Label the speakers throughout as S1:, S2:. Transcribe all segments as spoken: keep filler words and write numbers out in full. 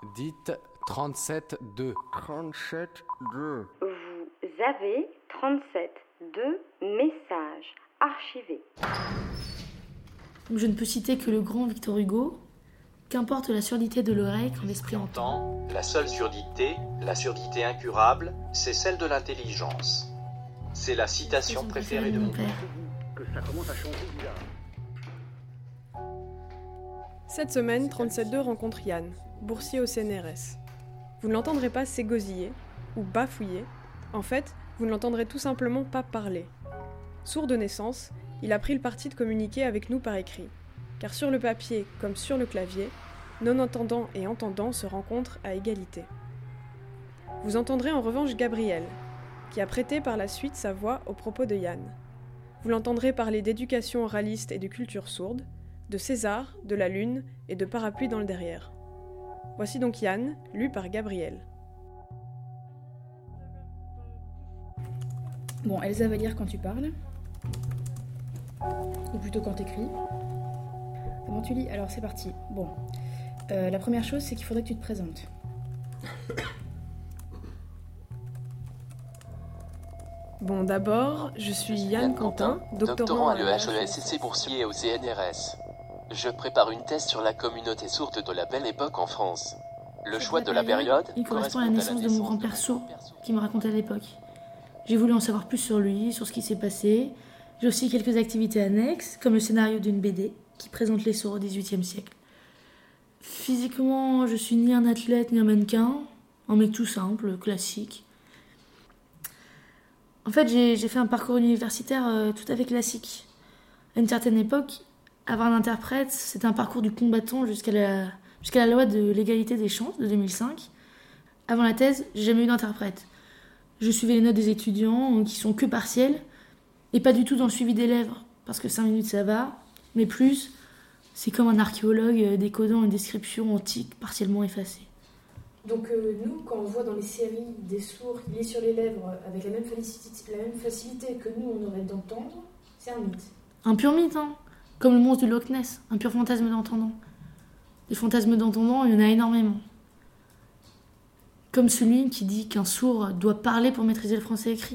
S1: Dites trente-sept deux.
S2: trente-sept deux.
S3: Vous avez trente-sept deux messages archivés.
S4: Je ne peux citer que le grand Victor Hugo. Qu'importe la surdité de l'oreille quand l'esprit entend.
S5: La seule surdité, la surdité incurable, c'est celle de l'intelligence. C'est la citation préférée de mon père.
S2: Que ça commence à changer bizarre.
S6: Cette semaine, trente-sept deux rencontre Yann, boursier au C N R S. Vous ne l'entendrez pas s'égosiller ou bafouiller. En fait, vous ne l'entendrez tout simplement pas parler. Sourd de naissance, il a pris le parti de communiquer avec nous par écrit. Car sur le papier, comme sur le clavier, non-entendant et entendant se rencontrent à égalité. Vous entendrez en revanche Gabriel, qui a prêté par la suite sa voix aux propos de Yann. Vous l'entendrez parler d'éducation oraliste et de culture sourde, de César, de la Lune et de parapluie dans le derrière. Voici donc Yann, lu par Gabriel.
S7: Bon, Elsa va lire quand tu parles. Ou plutôt quand t'écris. Comment tu lis ? Alors c'est parti. Bon. Euh, la première chose, c'est qu'il faudrait que tu te présentes.
S6: Bon, d'abord, je suis Yann Quentin, doctorant,
S8: doctorant à
S6: à
S8: l'E H E S C et boursier au C N R S. Je prépare une thèse sur la communauté sourde de la Belle Époque en France. Le choix de la période
S4: il correspond à la naissance de mon grand-père sourd, qui me racontait à l'époque. J'ai voulu en savoir plus sur lui, sur ce qui s'est passé. J'ai aussi quelques activités annexes, comme le scénario d'une B D qui présente les sourds au dix-huitième siècle. Physiquement, je suis ni un athlète ni un mannequin, un mec tout simple, classique. En fait, j'ai, j'ai fait un parcours universitaire euh, tout à fait classique. À une certaine époque, avoir un interprète, c'était un parcours du combattant jusqu'à la, jusqu'à la loi de l'égalité des chances de deux mille cinq. Avant la thèse, j'ai jamais eu d'interprète. Je suivais les notes des étudiants, qui sont que partielles, et pas du tout dans le suivi des lèvres, parce que cinq minutes ça va, mais plus, c'est comme un archéologue décodant une description antique partiellement effacée.
S7: Donc euh, nous, quand on voit dans les séries des sourds qui lisent sur les lèvres avec la même, facilité, la même facilité que nous on aurait d'entendre, c'est un mythe.
S4: Un pur mythe, hein. Comme le monstre du Loch Ness, un pur fantasme d'entendant. Des fantasmes d'entendant, il y en a énormément. Comme celui qui dit qu'un sourd doit parler pour maîtriser le français écrit.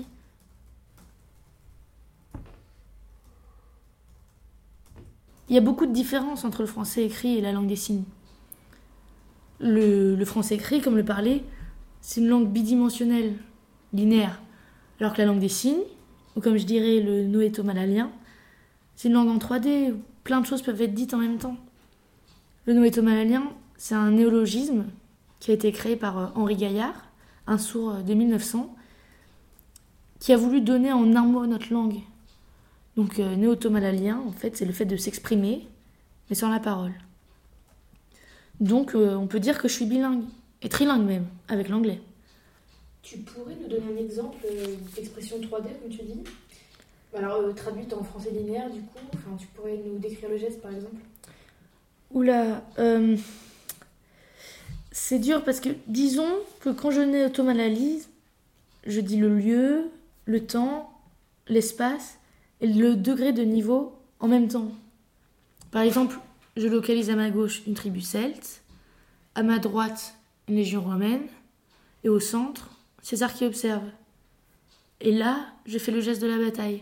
S4: Il y a beaucoup de différences entre le français écrit et la langue des signes. Le, le français écrit, comme le parler, c'est une langue bidimensionnelle, linéaire. Alors que la langue des signes, ou comme je dirais le noéto-malalien, c'est une langue en trois D où plein de choses peuvent être dites en même temps. Le noéto-malalien, c'est un néologisme qui a été créé par Henri Gaillard, un sourd de mille neuf cents, qui a voulu donner en un mot notre langue. Donc euh, néoto-malalien, en fait, c'est le fait de s'exprimer, mais sans la parole. Donc euh, on peut dire que je suis bilingue, et trilingue même, avec l'anglais.
S7: Tu pourrais nous donner un exemple d'expression trois D, comme tu dis ? Alors, euh, traduite en français linéaire, du coup, enfin, tu pourrais nous décrire le geste, par exemple ?
S4: Oula, euh, c'est dur parce que, disons que quand je néoto-malalise, je dis le lieu, le temps, l'espace et le degré de niveau en même temps. Par exemple, je localise à ma gauche une tribu celte, à ma droite une légion romaine, et au centre, César qui observe. Et là, je fais le geste de la bataille.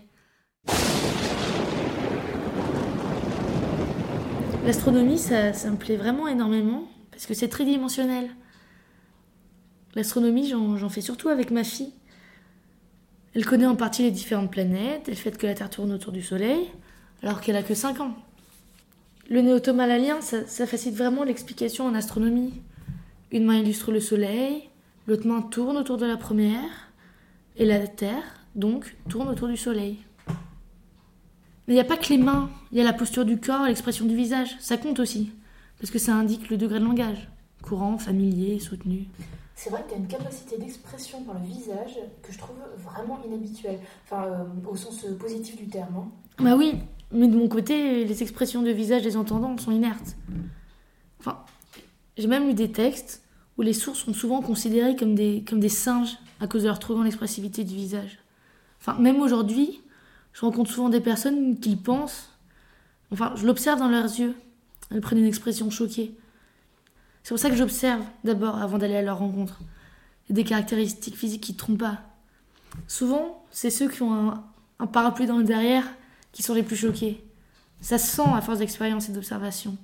S4: L'astronomie, ça, ça me plaît vraiment énormément, parce que c'est tridimensionnel. L'astronomie, j'en, j'en fais surtout avec ma fille. Elle connaît en partie les différentes planètes, et le fait que la Terre tourne autour du Soleil, alors qu'elle a que cinq ans. Le néoto-malalien, ça, ça facilite vraiment l'explication en astronomie. Une main illustre le Soleil, l'autre main tourne autour de la première, et la Terre, donc, tourne autour du Soleil. Mais il n'y a pas que les mains, il y a la posture du corps, l'expression du visage, ça compte aussi, parce que ça indique le degré de langage, courant, familier, soutenu.
S7: C'est vrai que tu as une capacité d'expression par le visage que je trouve vraiment inhabituelle, enfin euh, au sens positif du terme. Hein.
S4: Bah oui, mais de mon côté, les expressions de visage des entendants sont inertes. Enfin, j'ai même lu des textes où les sourds sont souvent considérés comme des, comme des singes à cause de leur trop grande expressivité du visage. Enfin, même aujourd'hui, je rencontre souvent des personnes qui le pensent. Enfin, je l'observe dans leurs yeux. Elles prennent une expression choquée. C'est pour ça que j'observe d'abord avant d'aller à leur rencontre. Il y a des caractéristiques physiques qui ne trompent pas. Souvent, c'est ceux qui ont un, un parapluie dans le derrière qui sont les plus choqués. Ça se sent à force d'expérience et d'observation.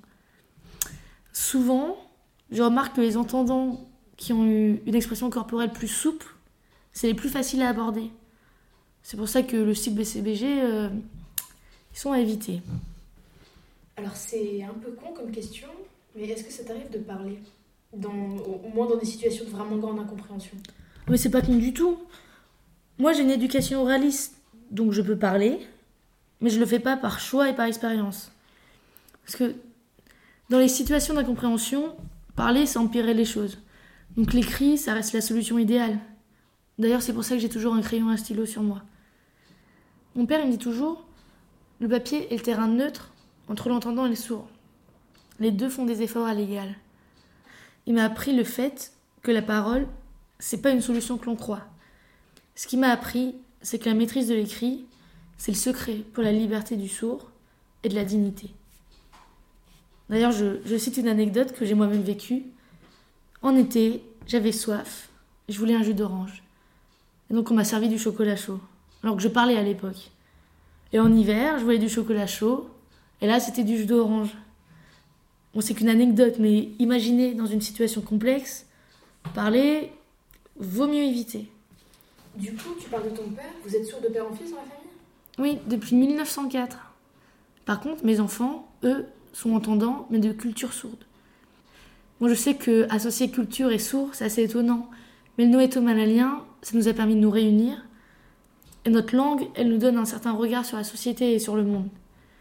S4: Souvent, je remarque que les entendants qui ont eu une expression corporelle plus souple, c'est les plus faciles à aborder. C'est pour ça que le style B C B G, euh, ils sont à éviter.
S7: Alors c'est un peu con comme question, mais est-ce que ça t'arrive de parler dans, au moins dans des situations de vraiment grande incompréhension?
S4: Mais c'est pas con du tout. Moi j'ai une éducation oraliste, donc je peux parler, mais je le fais pas par choix et par expérience. Parce que dans les situations d'incompréhension, parler c'est empirer les choses. Donc l'écrit, ça reste la solution idéale. D'ailleurs, c'est pour ça que j'ai toujours un crayon et un stylo sur moi. Mon père il me dit toujours, le papier est le terrain neutre entre l'entendant et le sourd. Les deux font des efforts à l'égal. Il m'a appris le fait que la parole, c'est pas une solution que l'on croit. Ce qui m'a appris, c'est que la maîtrise de l'écrit, c'est le secret pour la liberté du sourd et de la dignité. D'ailleurs, je, je cite une anecdote que j'ai moi-même vécue. En été, j'avais soif, je voulais un jus d'orange. Et donc on m'a servi du chocolat chaud, alors que je parlais à l'époque. Et en hiver, je voulais du chocolat chaud, et là c'était du jus d'orange. Bon, c'est qu'une anecdote, mais imaginez dans une situation complexe, parler, vaut mieux éviter.
S7: Du coup, tu parles de ton père, vous êtes sourds de père en fils dans la famille?
S4: Oui, depuis mille neuf cent quatre. Par contre, mes enfants, eux, sont entendants, mais de culture sourde. Moi, je sais que associer culture et sourd, c'est assez étonnant. Mais le noéto-malalien, ça nous a permis de nous réunir. Et notre langue, elle nous donne un certain regard sur la société et sur le monde.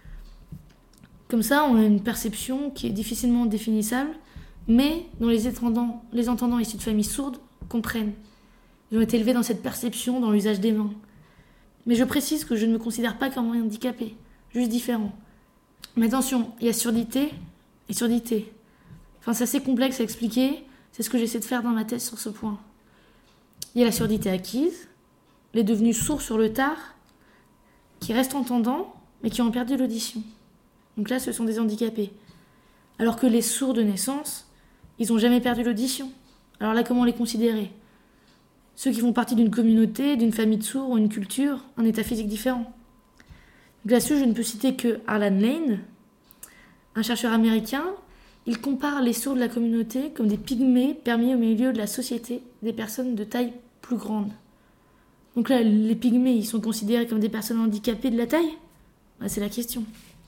S4: Comme ça, on a une perception qui est difficilement définissable, mais dont les entendants, les entendants issus de familles sourdes comprennent. Ils ont été élevés dans cette perception, dans l'usage des mains. Mais je précise que je ne me considère pas comme handicapé, juste différent. Mais attention, il y a surdité et surdité. Enfin, c'est assez complexe à expliquer, c'est ce que j'essaie de faire dans ma thèse sur ce point. Il y a la surdité acquise, les devenus sourds sur le tard, qui restent entendants, mais qui ont perdu l'audition. Donc là, ce sont des handicapés. Alors que les sourds de naissance, ils n'ont jamais perdu l'audition. Alors là, comment les considérer? Ceux qui font partie d'une communauté, d'une famille de sourds, ont une culture, un état physique différent. Donc là-dessus, je ne peux citer que Harlan Lane, un chercheur américain. Il compare les sourds de la communauté comme des pygmées permis au milieu de la société des personnes de taille plus grande. Donc là, les pygmées, ils sont considérés comme des personnes handicapées de la taille? Bah, c'est la question.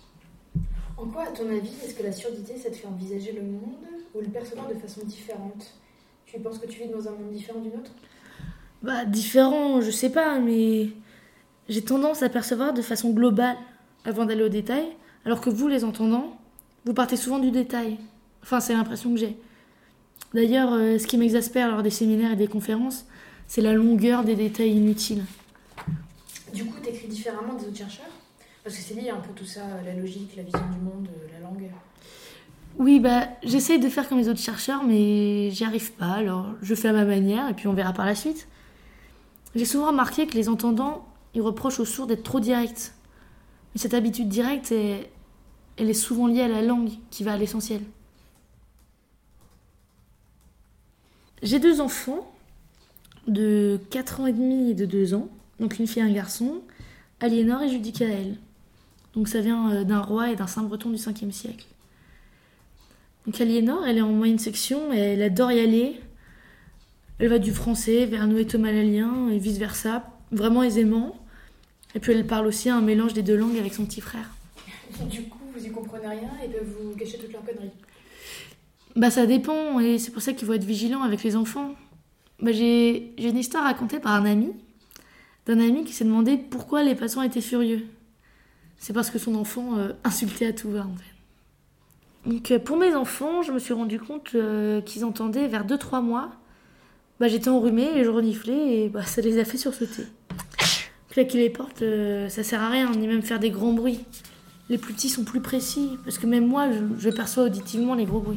S7: En quoi, à ton avis, est-ce que la surdité, ça te fait envisager le monde ou le percevoir de façon différente? Tu penses que tu vis dans un monde différent du nôtre?
S4: Bah, différent, je sais pas, mais j'ai tendance à percevoir de façon globale avant d'aller au détail, alors que vous, les entendants, vous partez souvent du détail. Enfin, c'est l'impression que j'ai. D'ailleurs, euh, ce qui m'exaspère lors des séminaires et des conférences, c'est la longueur des détails inutiles.
S7: Du coup, t'écris différemment des autres chercheurs? Parce que c'est lié un peu tout ça, la logique, la vision du monde, la langue.
S4: Oui, bah, j'essaye de faire comme les autres chercheurs, mais j'y arrive pas, alors je fais à ma manière, et puis on verra par la suite. J'ai souvent remarqué que les entendants, ils reprochent aux sourds d'être trop directs. Mais cette habitude directe, est... elle est souvent liée à la langue, qui va à l'essentiel. J'ai deux enfants, de quatre ans et demi et de deux ans, donc une fille et un garçon, Aliénor et Judicaël. Donc ça vient d'un roi et d'un saint breton du cinquième siècle. Donc Aliénor, elle est en moyenne section et elle adore y aller. Elle va du français vers noéto-malalien et vice-versa, vraiment aisément. Et puis elle parle aussi un mélange des deux langues avec son petit frère.
S7: Du coup, vous y comprenez rien et peuvent vous gâcher toutes leurs conneries?
S4: Bah ça dépend, et c'est pour ça qu'il faut être vigilant avec les enfants. Bah j'ai, j'ai une histoire racontée par un ami, d'un ami qui s'est demandé pourquoi les passants étaient furieux. C'est parce que son enfant euh, insultait à tout va, en fait. Donc euh, pour mes enfants, je me suis rendu compte euh, qu'ils entendaient vers deux trois mois. Bah, j'étais enrhumée et je reniflais et bah, ça les a fait sursauter. Claquer les portes, euh, ça sert à rien, ni même faire des grands bruits. Les plus petits sont plus précis, parce que même moi, je, je perçois auditivement les gros bruits.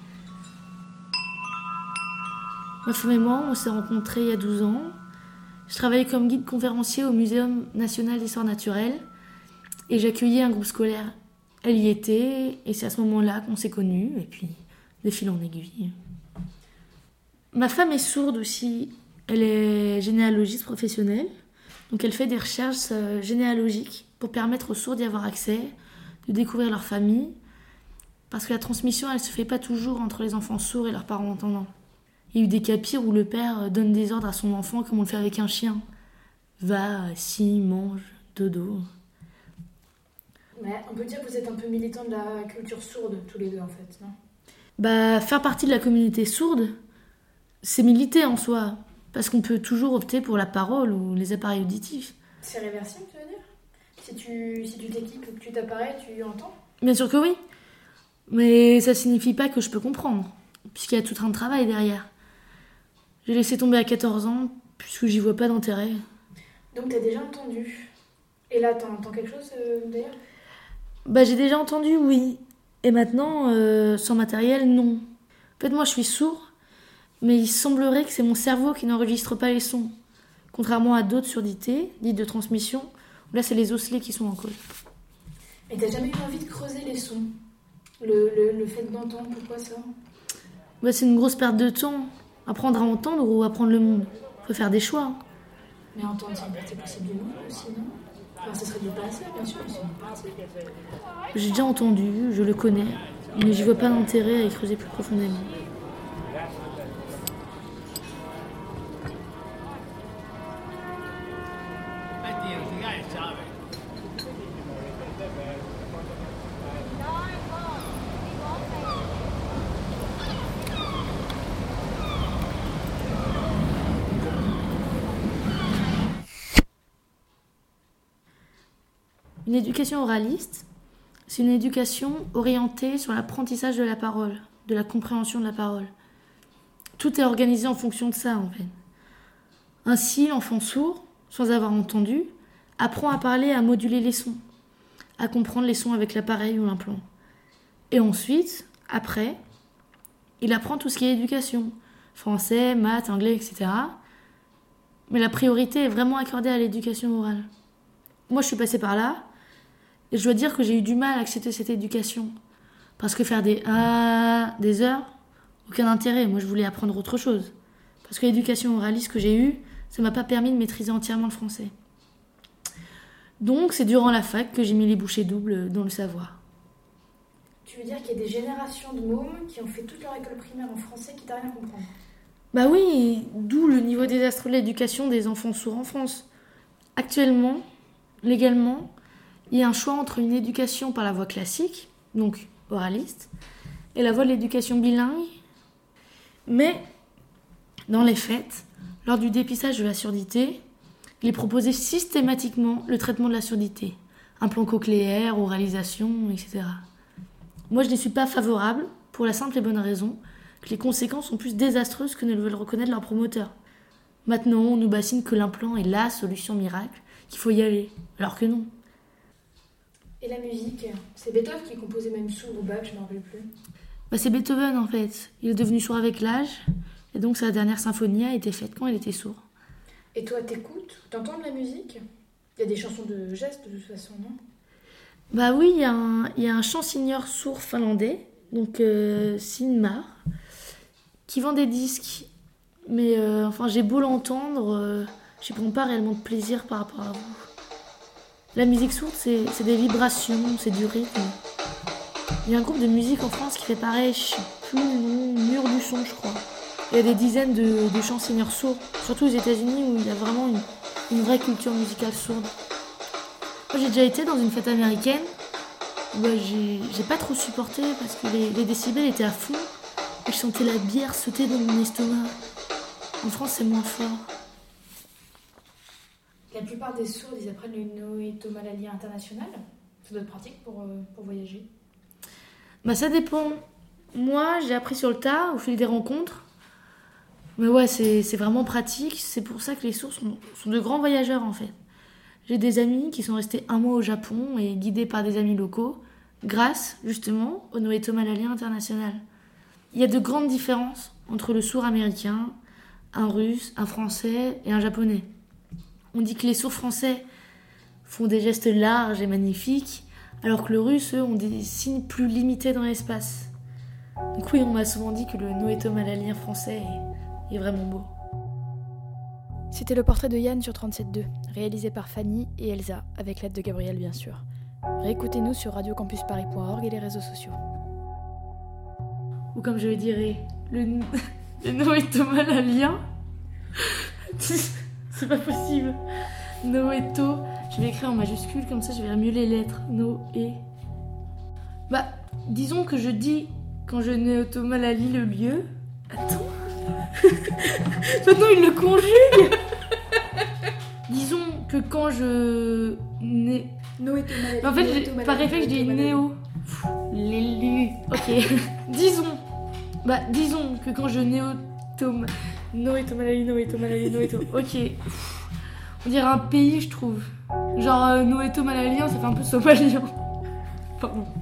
S4: Ma femme et moi, on s'est rencontrés il y a douze ans. Je travaillais comme guide conférencier au Muséum national d'histoire naturelle et j'accueillais un groupe scolaire. Elle y était et c'est à ce moment-là qu'on s'est connus et puis de fil en aiguille. Ma femme est sourde aussi. Elle est généalogiste professionnelle. Donc elle fait des recherches généalogiques pour permettre aux sourds d'y avoir accès, de découvrir leur famille. Parce que la transmission, elle ne se fait pas toujours entre les enfants sourds et leurs parents entendants. Il y a eu des cas pires où le père donne des ordres à son enfant comme on le fait avec un chien. Va, assis, mange, dodo.
S7: Ouais, on peut dire que vous êtes un peu militants de la culture sourde, tous les deux, en fait, non ?
S4: Bah, faire partie de la communauté sourde, c'est militer en soi. Parce qu'on peut toujours opter pour la parole ou les appareils auditifs.
S7: C'est réversible, tu veux dire ? Si tu si tu t'équipes ou que tu t'apparais, tu entends ?
S4: Bien sûr que oui. Mais ça signifie pas que je peux comprendre, puisqu'il y a tout un travail derrière. J'ai laissé tomber à quatorze ans, puisque j'y vois pas d'intérêt.
S7: Donc t'as déjà entendu. Et là, t'entends quelque chose, euh, d'ailleurs ?
S4: Bah, j'ai déjà entendu, oui. Et maintenant, euh, sans matériel, non. En fait, moi, je suis sourd. Mais il semblerait que c'est mon cerveau qui n'enregistre pas les sons. Contrairement à d'autres surdités, dites de transmission, où là c'est les osselets qui sont en cause.
S7: Mais t'as jamais eu envie de creuser les sons ? Le, le, le fait d'entendre, pourquoi ça ?
S4: Bah, c'est une grosse perte de temps. Apprendre à entendre ou apprendre le monde. Faut faire des choix.
S7: Mais entendre, c'est une partie possible du monde aussi, non ? Enfin, ça serait du passé, bien sûr, mais c'est une partie.
S4: J'ai déjà entendu, je le connais, mais j'y vois pas d'intérêt à y creuser plus profondément. Une éducation oraliste, c'est une éducation orientée sur l'apprentissage de la parole, de la compréhension de la parole. Tout est organisé en fonction de ça, en fait. Ainsi, l'enfant sourd, sans avoir entendu, apprend à parler et à moduler les sons, à comprendre les sons avec l'appareil ou l'implant. Et ensuite, après, il apprend tout ce qui est éducation, français, maths, anglais, et cetera. Mais la priorité est vraiment accordée à l'éducation orale. Moi, je suis passée par là, et je dois dire que j'ai eu du mal à accepter cette éducation. Parce que faire des ah, des heures, aucun intérêt. Moi, je voulais apprendre autre chose. Parce que l'éducation oraliste que j'ai eue, ça m'a pas permis de maîtriser entièrement le français. Donc, c'est durant la fac que j'ai mis les bouchées doubles dans le savoir.
S7: Tu veux dire qu'il y a des générations de mômes qui ont fait toute leur école primaire en français qui t'a rien compris ?
S4: Bah oui, d'où le niveau désastreux de l'éducation des enfants sourds en France. Actuellement, légalement, il y a un choix entre une éducation par la voie classique, donc oraliste, et la voie de l'éducation bilingue. Mais, dans les faits, lors du dépistage de la surdité, il est proposé systématiquement le traitement de la surdité, implant cochléaire, oralisation, et cetera. Moi, je n'y suis pas favorable, pour la simple et bonne raison que les conséquences sont plus désastreuses que ne le veulent reconnaître leurs promoteurs. Maintenant, on nous bassine que l'implant est la solution miracle, qu'il faut y aller, alors que non.
S7: Et la musique ? C'est Beethoven qui composait même sourd ou Bach, je ne me rappelle plus.
S4: Bah, c'est Beethoven en fait. Il est devenu sourd avec l'âge, et donc sa dernière symphonie a été faite quand il était sourd.
S7: Et toi, t'écoutes ? T'entends de la musique ? Il y a des chansons de gestes de toute façon, non ?
S4: Bah oui, il y a un, il y a un chansonneur sourd finlandais, donc euh, Sinmar, qui vend des disques. Mais euh, enfin, j'ai beau l'entendre, euh, je prends pas réellement de plaisir par rapport à vous. La musique sourde, c'est, c'est des vibrations, c'est du rythme. Il y a un groupe de musique en France qui fait pareil, je sais plus le nom, Mur du son, je crois. Il y a des dizaines de, de chansonneurs sourds, surtout aux États-Unis où il y a vraiment une, une vraie culture musicale sourde. Moi, j'ai déjà été dans une fête américaine où bah, j'ai, j'ai pas trop supporté parce que les, les décibels étaient à fond et je sentais la bière sauter dans mon estomac. En France, c'est moins fort.
S7: La plupart des sourds, ils apprennent le noétomalalie international. Ça doit être pratique pour, euh, pour voyager.
S4: Bah ça dépend. Moi, j'ai appris sur le tas, au fil des rencontres. Mais ouais, c'est, c'est vraiment pratique. C'est pour ça que les sourds sont, sont de grands voyageurs, en fait. J'ai des amis qui sont restés un mois au Japon et guidés par des amis locaux, grâce, justement, au noétomalalie international. Il y a de grandes différences entre le sourd américain, un russe, un français et un japonais. On dit que les sourds français font des gestes larges et magnifiques, alors que le russe, eux, ont des signes plus limités dans l'espace. Donc oui, on m'a souvent dit que le noéto-malalien français est, est vraiment beau.
S9: C'était le portrait de Yann sur trente-sept deux, réalisé par Fanny et Elsa, avec l'aide de Gabriel bien sûr. Réécoutez-nous sur radio campus paris point org et les réseaux sociaux.
S4: Ou comme je le dirais, le, le noéto-malalien. C'est pas possible. Noéto, je vais écrire en majuscule, comme ça je verrai mieux les lettres. Noé. Bah, disons que je dis, quand je noéto-malalie le lieu. Attends. Maintenant il le conjugue. Disons que quand je. Né...
S7: Noéto-malalie.
S4: En fait, j'ai- par réflexe, je dis néo. Pff, Les lieux. Ok. Disons. Bah, disons que quand je néotom. Noéto-malalie, noéto-malalie, noéto. Ok. Pff, On dirait un pays, je trouve. Genre, euh, noéto-malalien, ça fait un peu somalien. Pardon.